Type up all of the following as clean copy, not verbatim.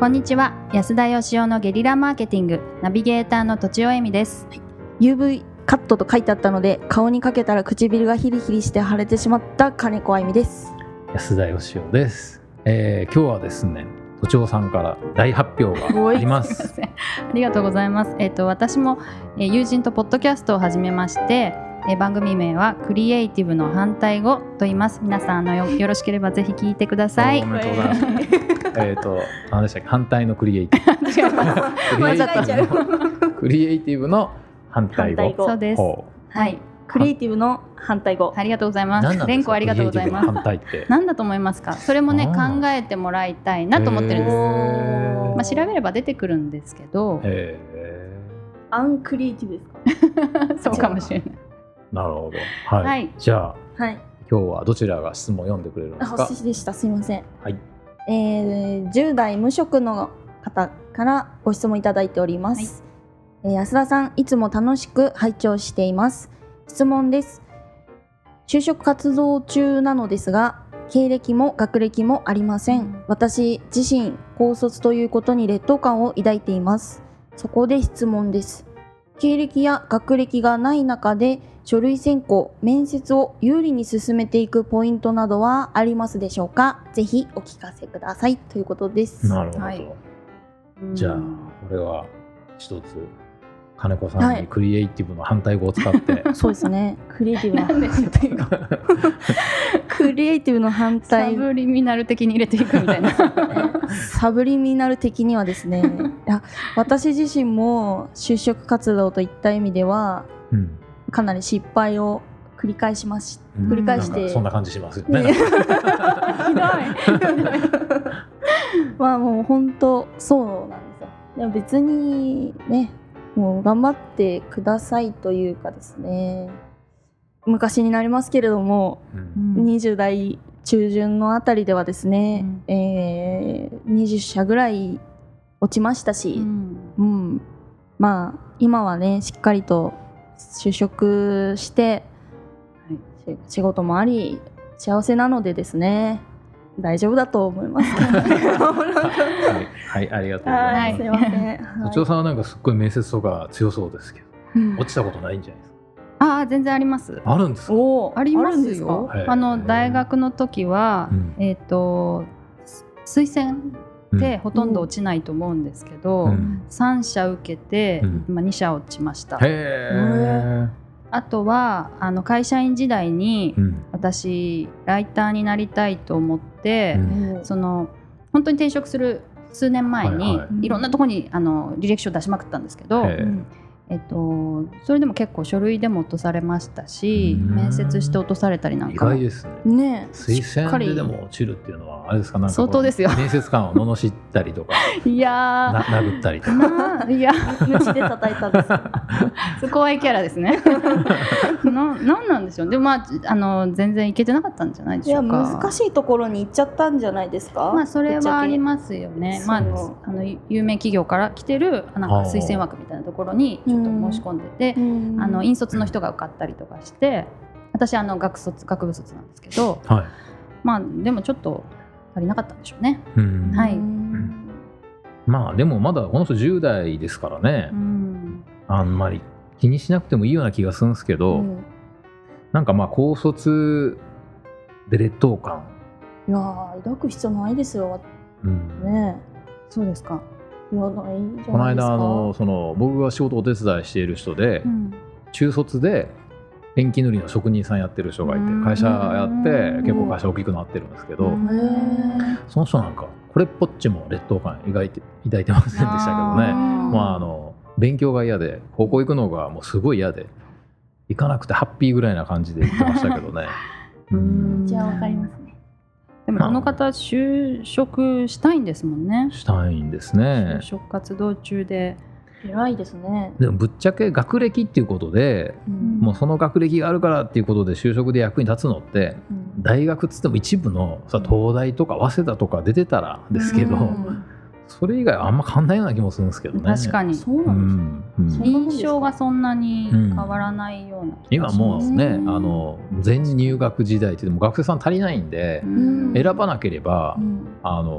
んにちは。安田義雄のゲリラマーケティングナビゲーターのとちおえみです。 UV カットと書いてあったので顔にかけたら唇がヒリヒリして腫れてしまった金子あゆみです。 安田義雄です。今日はですね、都庁さんから大発表があります。 すいません、ありがとうございます。私も、友人とポッドキャストを始めまして、番組名はクリエイティブの反対語と言います。皆さんよろしければぜひ聞いてください。 おめでとうございます。何でしたっけ、反対のクリエイティブ。 違います間違っちゃう。 クリエイティブの反対語。 そうです。はい。 クリエイティブの反対語。 ありがとうございます。連呼ありがとうございます。 反対って何だと思いますか？それもね考えてもらいたいなと思ってるんです。調べれば出てくるんですけど、 アンクリエイティブですか？ そうかもしれない。 なるほど。はい。はい、じゃあ、はい、今日はどちらが質問を読んでくれるんですか？ 私でした。すいません。 はい。 10代無職の方からご質問いただいております。はい、安田さん、いつも楽しく拝聴しています。質問です。就職活動中なのですが、経歴も学歴もありません。私自身高卒ということに劣等感を抱いています。そこで質問です。経歴や学歴がない中で書類選考、面接を有利に進めていくポイントなどはありますでしょうか？ぜひお聞かせくださいということです。 なるほど。はい、じゃあこれは一つ金子さんにクリエイティブの反対語を使って、 はい、そうですね。クリエイティブの反対語。クリエイティブの反対。 サブリミナル的に入れていくみたいな。 サブリミナル的にはですね、いや私自身も就職活動といった意味では、かなり失敗を繰り返してそんな感じしますよね。ひどい。 まあもう本当そうなんですよ。でも別にね、もう頑張ってくださいというかですね、昔になりますけれども、20代中旬のあたりではですね、20社ぐらい落ちましたし、まあ今はねしっかりと就職して、仕事もあり幸せなのでですね、大丈夫だと思います。 はい、ありがとうございます。 すいません。 都庁さんはなんかすっごい面接とか強そうですけど、落ちたことないんじゃないですか？ 全然あります。 あるんですか？ ありますよ。大学の時は、推薦でほとんど落ちないと思うんですけど、3社受けて、今2社落ちました。あとは会社員時代に、私ライターになりたいと思って、本当に転職する数年前に、いろんなところに履歴書出しまくったんですけど、それでも結構書類でも落とされましたし、面接して落とされたりなんかも。 意外ですね。推薦ででも落ちるっていうのはあれですか？なんか相当ですよ。 面接官を罵ったりとかいや殴ったりとかいや鞭で叩いたんです怖いキャラですね。なんなんでしょう。でも全然いけてなかったんじゃないでしょうか。 いや難しいところに行っちゃったんじゃないですか？ それはありますよね。有名企業から来てるなんか推薦枠みたいなところにちょっと申し込んでて、引率の人が受かったりとかして、私学部卒なんですけど、でもちょっと足りなかったんでしょうね。 でもまだこの人10代ですからね、あんまり気にしなくてもいいような気がするんですけど、なんか高卒で劣等感、 いや抱く必要ないですよ、ね。 そうですか。 この間僕が仕事をお手伝いしている人で、中卒でペンキ塗りの職人さんやってる人がいて、会社やって結構会社大きくなってるんですけど、その人なんかこれっぽっちも劣等感抱いてませんでしたけどね。勉強が嫌で高校行くのがもうすごい嫌で、行かなくてハッピーぐらいな感じで言ってましたけどね。 じゃあ分かりますね。 でもこの方就職したいんですもんね。 したいんですね。 就職活動中で偉いですね。 でもぶっちゃけ学歴っていうことで、もうその学歴があるからっていうことで就職で役に立つのって、大学っつっても一部の東大とか早稲田とか出てたらですけど、それ以外はあんま変わんないような気もするんですけどね。 確かにそうなんですか。 印象がそんなに変わらないような気がします。 今もうね、全入学時代ってでも学生さん足りないんで、選ばなければ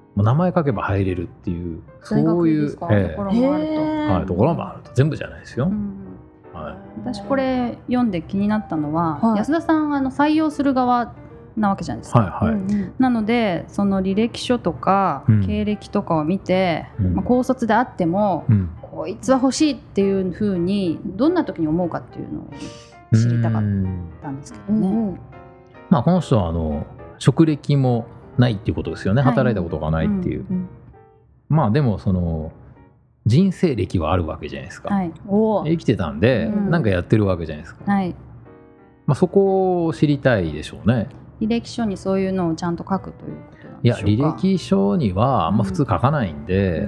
名前書けば入れるっていう、そういうところもあると、ところもあると。全部じゃないですよ。 私これ読んで気になったのは、安田さん採用する側なわけじゃないですか。なのでその履歴書とか経歴とかを見て、高卒であっても、こいつは欲しいっていうふうにどんな時に思うかっていうのを知りたかったんですけどね。 この人は職歴もないっていうことですよね。働いたことがないっていう。でもその人生歴はあるわけじゃないですか。生きてたんで、なんかやってるわけじゃないですか。そこを知りたいでしょうね。 履歴書にそういうのをちゃんと書くということなんでしょうか。 いや、履歴書にはあんま普通書かないんで、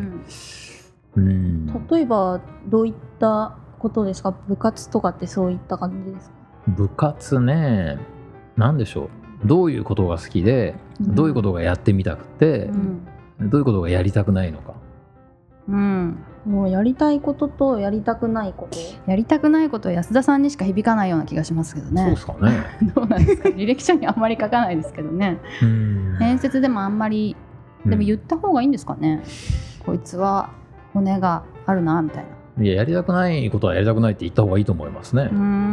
例えばどういったことですか？部活とかってそういった感じですか？ 部活ね、なんでしょう、どういうことが好きで、どういうことがやってみたくて、どういうことがやりたくないのか。 もうやりたいこととやりたくないこと、 やりたくないことは安田さんにしか響かないような気がしますけどね。 そうですかね。 どうなんですか？履歴書にあんまり書かないですけどね。面接でもあんまり、でも言った方がいいんですかね。こいつは骨があるなみたいな。 いや、やりたくないことはやりたくないって言った方がいいと思いますね。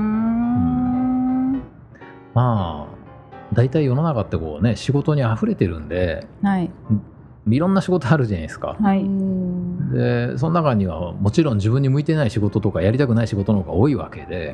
だいたい世の中ってこうね、仕事にあふれてるんで、いろんな仕事あるじゃないですか。でその中にはもちろん自分に向いてない仕事とかやりたくない仕事の方が多いわけで、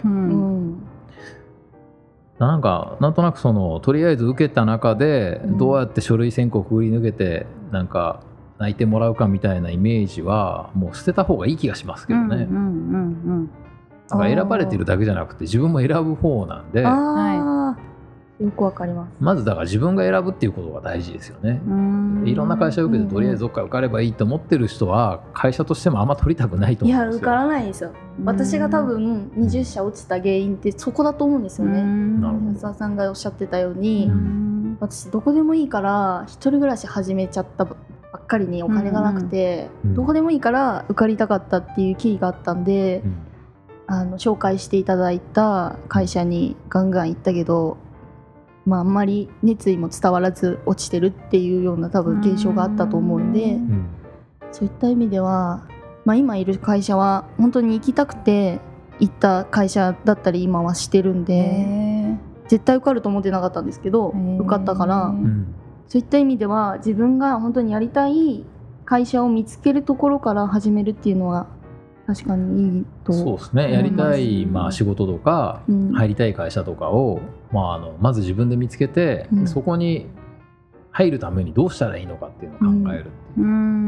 なんとなくとりあえず受けた中でどうやって書類選考をくぐり抜けてなんか泣いてもらうかみたいなイメージはもう捨てた方がいい気がしますけどね。だから選ばれてるだけじゃなくて自分も選ぶ方なんで、 よくわかります。 まずだから自分が選ぶっていうことが大事ですよね。いろんな会社を受けてとりあえずどっか受かればいいと思ってる人は会社としてもあんま取りたくないと思うんですよ。 いや、受からないですよ。私が多分20社落ちた原因ってそこだと思うんですよね。安田さんがおっしゃってたように、私どこでもいいから一人暮らし始めちゃったばっかりにお金がなくて、どこでもいいから受かりたかったっていう経緯があったんで、紹介していただいた会社にガンガン行ったけど、あんまり熱意も伝わらず落ちてるっていうような多分現象があったと思うんで、そういった意味では、今いる会社は本当に行きたくて行った会社だったり今はしてるんで、絶対受かると思ってなかったんですけど、受かったから、そういった意味では自分が本当にやりたい会社を見つけるところから始めるっていうのは確かにいいと思います。 そうですね。やりたい、仕事とか、入りたい会社とかを、まず自分で見つけて、そこに入るためにどうしたらいいのかっていうのを考えるっていう。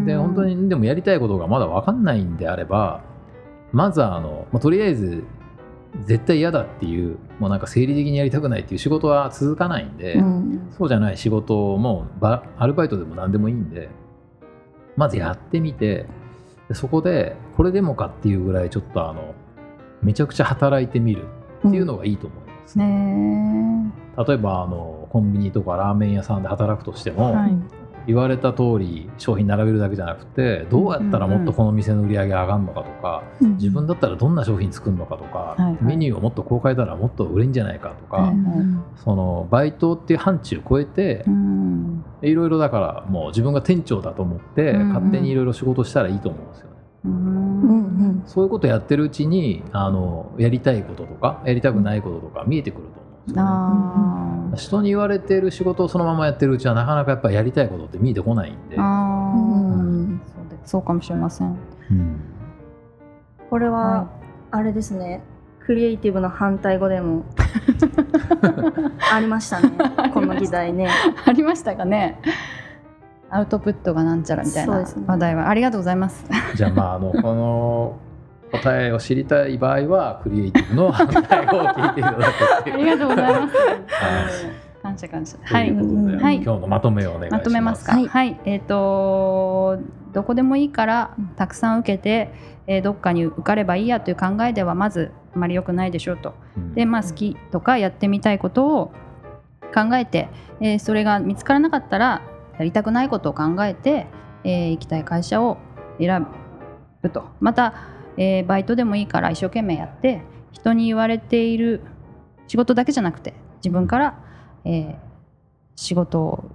で本当にでもやりたいことがまだ分かんないんであれば、まずとりあえず絶対嫌だっていう、もうなんか生理的にやりたくないっていう仕事は続かないんで、そうじゃない仕事もアルバイトでも何でもいいんで、まずやってみて、そこでこれでもかっていうぐらいちょっとめちゃくちゃ働いてみるっていうのがいいと思いますね。例えばコンビニとかラーメン屋さんで働くとしても、言われた通り商品並べるだけじゃなくて、どうやったらもっとこの店の売り上げ上がるのかとか、自分だったらどんな商品作るのかとか、メニューをもっとこう変えたらもっと売れるんじゃないかとか、そのバイトっていう範疇を超えて、いろいろだからもう自分が店長だと思って勝手にいろいろ仕事したらいいと思うんですよね。そういうことやってるうちにやりたいこととかやりたくないこととか見えてくると思うんですよね。人に言われてる仕事をそのままやってるうちはなかなかやっぱりやりたいことって見えてこないんで。 そうかもしれません。 これはあれですね、クリエイティブの反対語でもありましたねこの議題ね。 ありましたかね。アウトプットがなんちゃらみたいな話題は、ありがとうございます。 じゃあこの答えを知りたい場合はクリエイティブの反対語を聞いていただくっていう。 ありがとうございます。感謝感謝。はい。 今日のまとめをお願いします。 まとめますか。はい。どこでもいいからたくさん受けて、どっかに受かればいいやという考えではまずあまり良くないでしょうと。で、好きとかやってみたいことを考えて、それが見つからなかったらやりたくないことを考えて、行きたい会社を選ぶと。また、バイトでもいいから一生懸命やって人に言われている仕事だけじゃなくて自分から、仕事を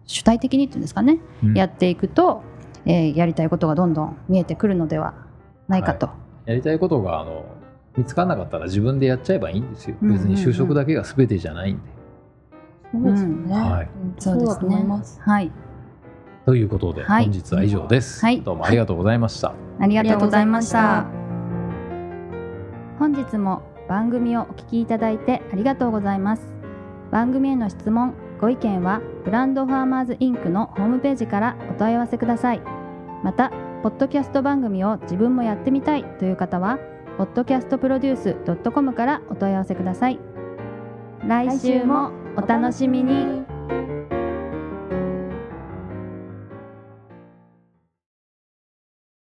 主体的にっていうんですかね、やっていくと、やりたいことがどんどん見えてくるのではないかと、 やりたいことが見つからなかったら自分でやっちゃえばいいんですよ。別に就職だけが全てじゃないんで。 そうですね。そうだと思います。 はい。 ということで、本日は以上です。どうもありがとうございました。 ありがとうございました。本日も番組をお聞きいただいてありがとうございます。番組への質問、ご意見はブランドファーマーズインクのホームページからお問い合わせください。また、ポッドキャスト番組を自分もやってみたいという方は、podcastproduce.com からお問い合わせください。来週もお楽しみに。